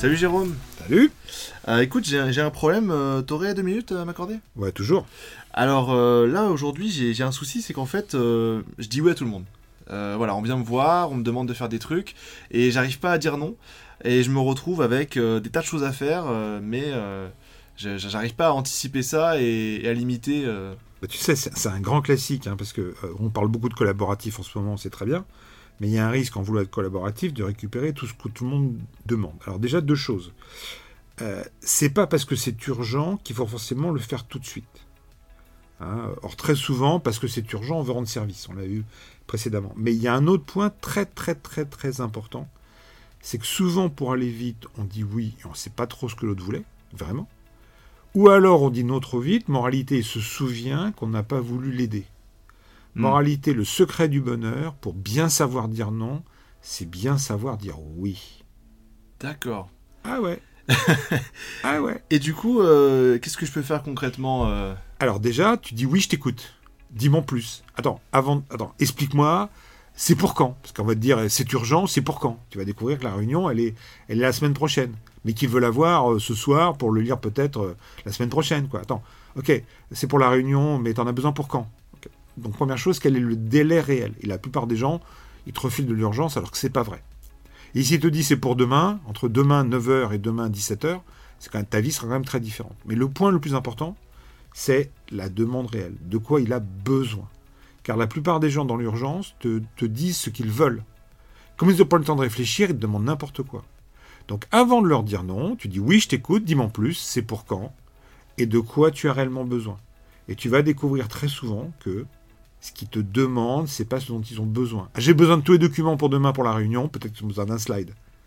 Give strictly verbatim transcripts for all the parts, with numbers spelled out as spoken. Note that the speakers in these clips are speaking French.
Salut Jérôme. Salut. Euh, écoute, j'ai, j'ai un problème. Euh, t'aurais deux minutes à m'accorder? Ouais, toujours. Alors euh, là, aujourd'hui, j'ai, j'ai un souci, c'est qu'en fait, euh, je dis oui à tout le monde. Euh, voilà, on vient me voir, on me demande de faire des trucs, et j'arrive pas à dire non. Et je me retrouve avec euh, des tas de choses à faire, euh, mais euh, je- j'arrive pas à anticiper ça et, et à limiter. euh. Bah, tu sais, c'est, c'est un grand classique, hein, parce que euh, on parle beaucoup de collaboratif en ce moment, c'est très bien, mais il y a un risque en voulant être collaboratif de récupérer tout ce que tout le monde demande. Alors déjà, deux choses. Euh, c'est pas parce que c'est urgent qu'il faut forcément le faire tout de suite. Hein. Or, très souvent, parce que c'est urgent, on veut rendre service. On l'a vu précédemment. Mais il y a un autre point très, très, très, très important. C'est que souvent, pour aller vite, on dit oui et on ne sait pas trop ce que l'autre voulait, vraiment. Ou alors, on dit non trop vite. Moralité, il se souvient qu'on n'a pas voulu l'aider. Hmm. Moralité, le secret du bonheur, pour bien savoir dire non, c'est bien savoir dire oui. D'accord. Ah ouais. Ah ouais. Et du coup, euh, qu'est-ce que je peux faire concrètement euh Alors déjà, tu dis oui, je t'écoute. Dis-moi plus. Attends, avant, attends, explique-moi. C'est pour quand? Parce qu'on va te dire, c'est urgent, c'est pour quand? Tu vas découvrir que la réunion, elle est, elle est la semaine prochaine. Mais qu'ils veulent avoir euh, ce soir pour le lire peut-être euh, la semaine prochaine, quoi. Attends, ok, c'est pour la réunion, mais t'en as besoin pour quand? Ok. Donc première chose, quel est le délai réel? Et la plupart des gens, ils te refilent de l'urgence alors que c'est pas vrai. Et s'il te dit c'est pour demain, entre demain neuf heures et demain dix-sept heures, c'est quand même, ta vie sera quand même très différente. Mais le point le plus important, c'est la demande réelle. De quoi il a besoin. Car la plupart des gens dans l'urgence te, te disent ce qu'ils veulent. Comme ils n'ont pas le temps de réfléchir, ils te demandent n'importe quoi. Donc avant de leur dire non, tu dis oui, je t'écoute, dis-moi en plus, c'est pour quand, et de quoi tu as réellement besoin. Et tu vas découvrir très souvent que ce qu'ils te demandent, c'est pas ce dont ils ont besoin. Ah, j'ai besoin de tous les documents pour demain pour la réunion, peut-être qu'ils ont besoin d'un slide.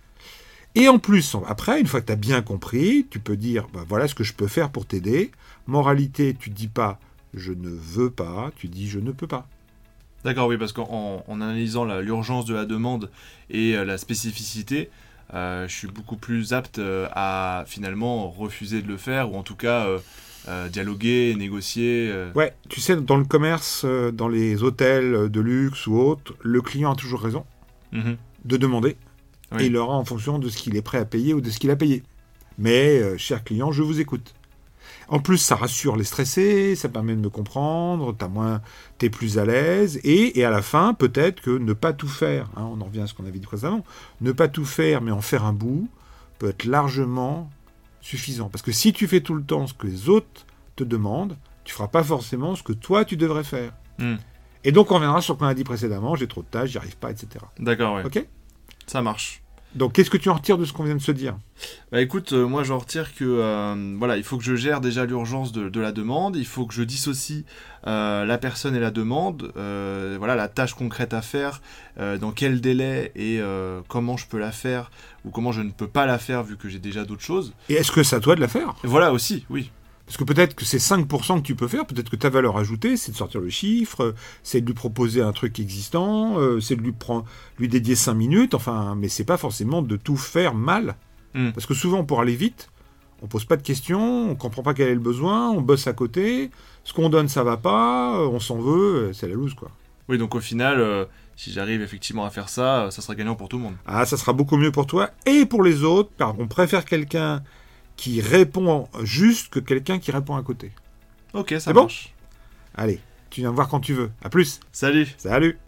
Et en plus, après, une fois que tu as bien compris, tu peux dire, bah, voilà ce que je peux faire pour t'aider. Moralité, tu dis pas, je ne veux pas, tu dis, je ne peux pas. D'accord, oui, parce qu'en en analysant la- l'urgence de la demande et euh, la spécificité, euh, je suis beaucoup plus apte euh, à finalement refuser de le faire, ou en tout cas euh, euh, dialoguer, négocier. euh. Ouais, tu sais, dans le commerce, euh, dans les hôtels de luxe ou autres, le client a toujours raison Mhm. de demander, Oui. et il aura en fonction de ce qu'il est prêt à payer ou de ce qu'il a payé. Mais, euh, cher client, je vous écoute. En plus, ça rassure les stressés, ça permet de me comprendre, t'as moins, t'es plus à l'aise, et, et à la fin, peut-être que ne pas tout faire, hein, on en revient à ce qu'on avait dit précédemment, ne pas tout faire, mais en faire un bout, peut être largement suffisant. Parce que si tu fais tout le temps ce que les autres te demandent, tu feras pas forcément ce que toi, tu devrais faire. Hmm. Et donc, on reviendra sur ce qu'on a dit précédemment, j'ai trop de tâches, j'y arrive pas, et cetera. D'accord, ouais. Ok? Ça marche. Donc, qu'est-ce que tu en retires de ce qu'on vient de se dire? Bah écoute, euh, moi j'en retire que euh, voilà, il faut que je gère déjà l'urgence de, de la demande, il faut que je dissocie euh, la personne et la demande, euh, voilà la tâche concrète à faire, euh, dans quel délai et euh, comment je peux la faire ou comment je ne peux pas la faire vu que j'ai déjà d'autres choses. Et est-ce que c'est à toi de la faire? Et voilà aussi, oui. Parce que peut-être que c'est cinq pour cent que tu peux faire, peut-être que ta valeur ajoutée, c'est de sortir le chiffre, euh, c'est de lui proposer un truc existant, euh, c'est de lui, prendre, lui dédier cinq minutes, enfin, mais c'est pas forcément de tout faire mal. Hmm. Parce que souvent, pour aller vite, on pose pas de questions, on comprend pas quel est le besoin, on bosse à côté, ce qu'on donne, ça va pas, euh, on s'en veut, euh, c'est la loose, quoi. Oui, donc au final, euh, si j'arrive effectivement à faire ça, euh, ça sera gagnant pour tout le monde. Ah, ça sera beaucoup mieux pour toi et pour les autres, car on préfère quelqu'un qui répond juste que quelqu'un qui répond à côté. Ok, ça C'est bon ? marche. Allez, tu viens me voir quand tu veux. À plus. Salut. Salut.